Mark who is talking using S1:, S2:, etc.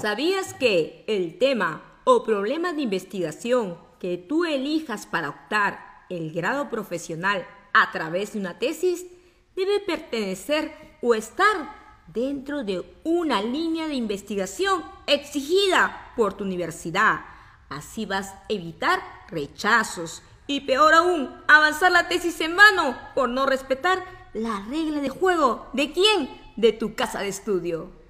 S1: ¿Sabías que el tema o problema de investigación que tú elijas para optar el grado profesional a través de una tesis debe pertenecer o estar dentro de una línea de investigación exigida por tu universidad? Así vas a evitar rechazos y, peor aún, avanzar la tesis en vano por no respetar la regla de juego. ¿De quién? De tu casa de estudio.